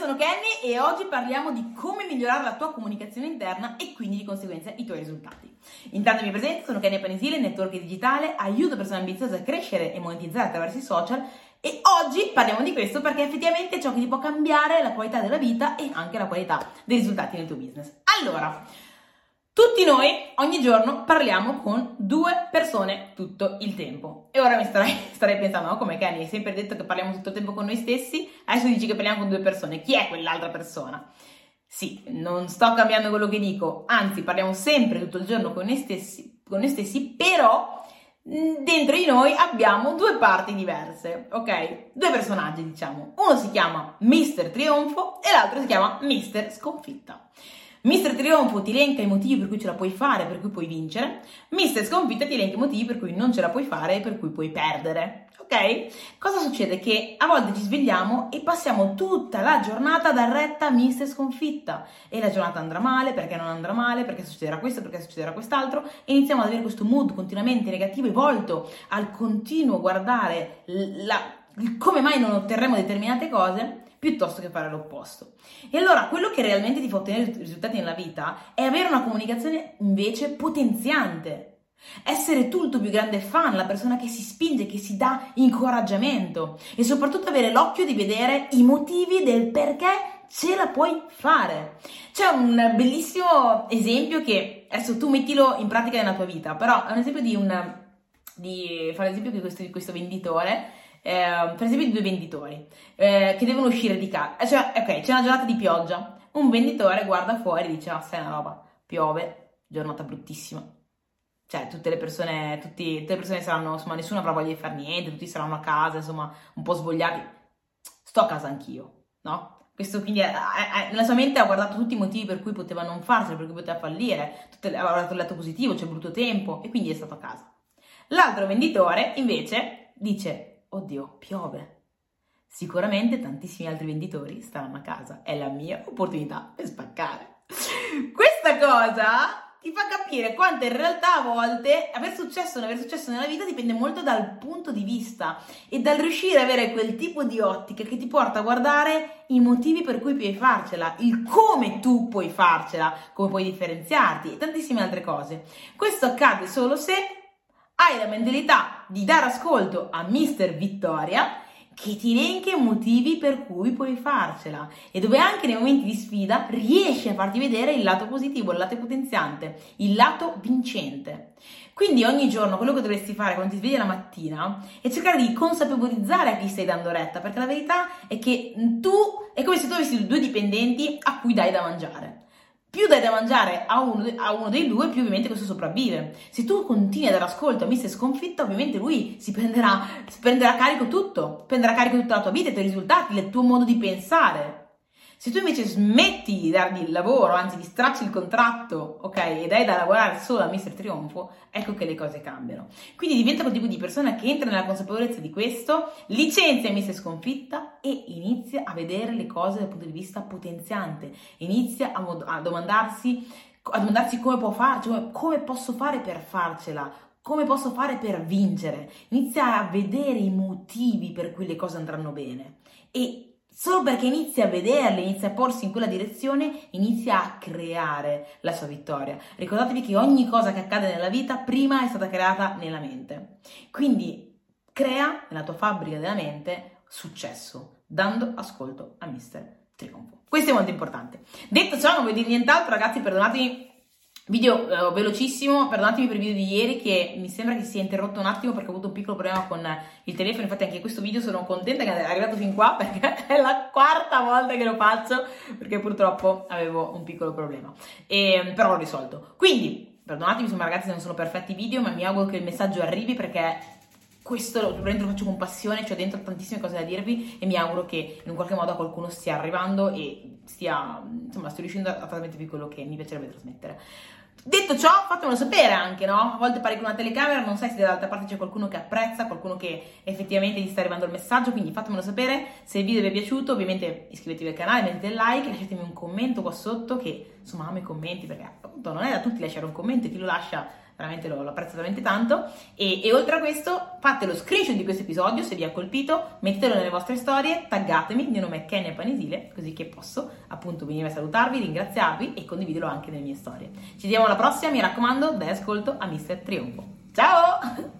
sono Kenny e oggi parliamo di come migliorare la tua comunicazione interna e quindi di conseguenza i tuoi risultati. Intanto mi presento, sono Kenny Panisile, network digitale, aiuto persone ambiziose a crescere e monetizzare attraverso i social e oggi parliamo di questo perché effettivamente è ciò che ti può cambiare la qualità della vita e anche la qualità dei risultati nel tuo business. Allora, tutti noi ogni giorno parliamo con due persone tutto il tempo. E ora mi starei pensando, no? Come Kenny, hai sempre detto che parliamo tutto il tempo con noi stessi, adesso dici che parliamo con due persone. Chi è quell'altra persona? Sì, non sto cambiando quello che dico, anzi parliamo sempre tutto il giorno con noi stessi, però dentro di noi abbiamo due parti diverse, ok? Due personaggi, diciamo. Uno si chiama Mister Trionfo e l'altro si chiama Mister Sconfitta. Mister Trionfo ti elenca i motivi per cui ce la puoi fare, per cui puoi vincere. Mister Sconfitta ti elenca i motivi per cui non ce la puoi fare e per cui puoi perdere. Ok? Cosa succede? Che a volte ci svegliamo e passiamo tutta la giornata da retta Mister Sconfitta. E la giornata andrà male, perché non andrà male, perché succederà questo, perché succederà quest'altro. E iniziamo ad avere questo mood continuamente negativo e volto al continuo guardare come mai non otterremo determinate cose, piuttosto che fare l'opposto. E allora quello che realmente ti fa ottenere risultati nella vita è avere una comunicazione invece potenziante. Essere tu il tuo più grande fan, la persona che si spinge, che si dà incoraggiamento e soprattutto avere l'occhio di vedere i motivi del perché ce la puoi fare. C'è un bellissimo esempio che adesso tu mettilo in pratica nella tua vita, però è un esempio di fare l'esempio di questo venditore. Per esempio di due venditori che devono uscire di casa, cioè, ok, c'è una giornata di pioggia, un venditore guarda fuori e dice: sai una roba, piove, giornata bruttissima, cioè tutte le persone saranno, insomma, nessuno avrà voglia di fare niente, tutti saranno a casa, insomma, un po' svogliati, sto a casa anch'io, no? Questo quindi nella sua mente ha guardato tutti i motivi per cui poteva non farcela, per cui poteva fallire, ha guardato il lato positivo, c'è brutto tempo e quindi è stato a casa. L'altro venditore invece dice: oddio, piove. Sicuramente tantissimi altri venditori staranno a casa. È la mia opportunità per spaccare. Questa cosa ti fa capire quanto in realtà a volte aver successo o non aver successo nella vita dipende molto dal punto di vista e dal riuscire ad avere quel tipo di ottica che ti porta a guardare i motivi per cui puoi farcela, il come tu puoi farcela, come puoi differenziarti e tantissime altre cose. Questo accade solo se hai la mentalità di dare ascolto a Mister Vittoria che ti elenca i motivi per cui puoi farcela e dove anche nei momenti di sfida riesci a farti vedere il lato positivo, il lato potenziante, il lato vincente. Quindi ogni giorno quello che dovresti fare quando ti svegli la mattina è cercare di consapevolizzare a chi stai dando retta, perché la verità è che tu è come se tu avessi due dipendenti a cui dai da mangiare. Più dai da mangiare a uno dei due, più ovviamente questo sopravvive. Se tu continui a dare ascolto a Mister Sconfitta, ovviamente lui si prenderà carico tutto, prenderà carico tutta la tua vita, i tuoi risultati, il tuo modo di pensare. Se tu invece smetti di dargli il lavoro, anzi di stracci il contratto, ok, e dai da lavorare solo a Mister Trionfo, ecco che le cose cambiano. Quindi diventa quel tipo di persona che entra nella consapevolezza di questo, licenzia Mister Sconfitta e inizia a vedere le cose dal punto di vista potenziante, inizia a domandarsi come può farcela, come posso fare per farcela, come posso fare per vincere, inizia a vedere i motivi per cui le cose andranno bene e solo perché inizia a vederle, inizia a porsi in quella direzione, inizia a creare la sua vittoria. Ricordatevi che ogni cosa che accade nella vita prima è stata creata nella mente. Quindi crea nella tua fabbrica della mente successo, dando ascolto a Mister Trionfo. Questo è molto importante. Detto ciò, non voglio dire nient'altro, ragazzi, perdonatemi. Video velocissimo, perdonatemi per il video di ieri che mi sembra che si sia interrotto un attimo perché ho avuto un piccolo problema con il telefono, infatti anche questo video sono contenta che è arrivato fin qua perché è la quarta volta che lo faccio perché purtroppo avevo un piccolo problema, però l'ho risolto. Quindi perdonatemi, insomma ragazzi, non sono perfetti i video, ma mi auguro che il messaggio arrivi perché questo lo faccio con passione, c'ho dentro tantissime cose da dirvi e mi auguro che in un qualche modo a qualcuno stia arrivando e stia riuscendo a trasmettervi quello che mi piacerebbe trasmettere. Detto ciò, fatemelo sapere anche, no? A volte parli con una telecamera, non sai se dall'altra parte c'è qualcuno che apprezza, qualcuno che effettivamente ti sta arrivando il messaggio, quindi fatemelo sapere. Se il video vi è piaciuto, ovviamente iscrivetevi al canale, mettete il like, lasciatemi un commento qua sotto, che insomma amo i commenti, perché appunto non è da tutti lasciare un commento e chi lo lascia veramente lo apprezzo veramente tanto. E oltre a questo, fate lo screenshot di questo episodio se vi ha colpito, mettetelo nelle vostre storie, taggatemi, il mio nome è Kenia Panisile, così che posso appunto venire a salutarvi, ringraziarvi e condividerlo anche nelle mie storie. Ci vediamo alla prossima, mi raccomando, dai ascolto a Mister Trionfo. Ciao!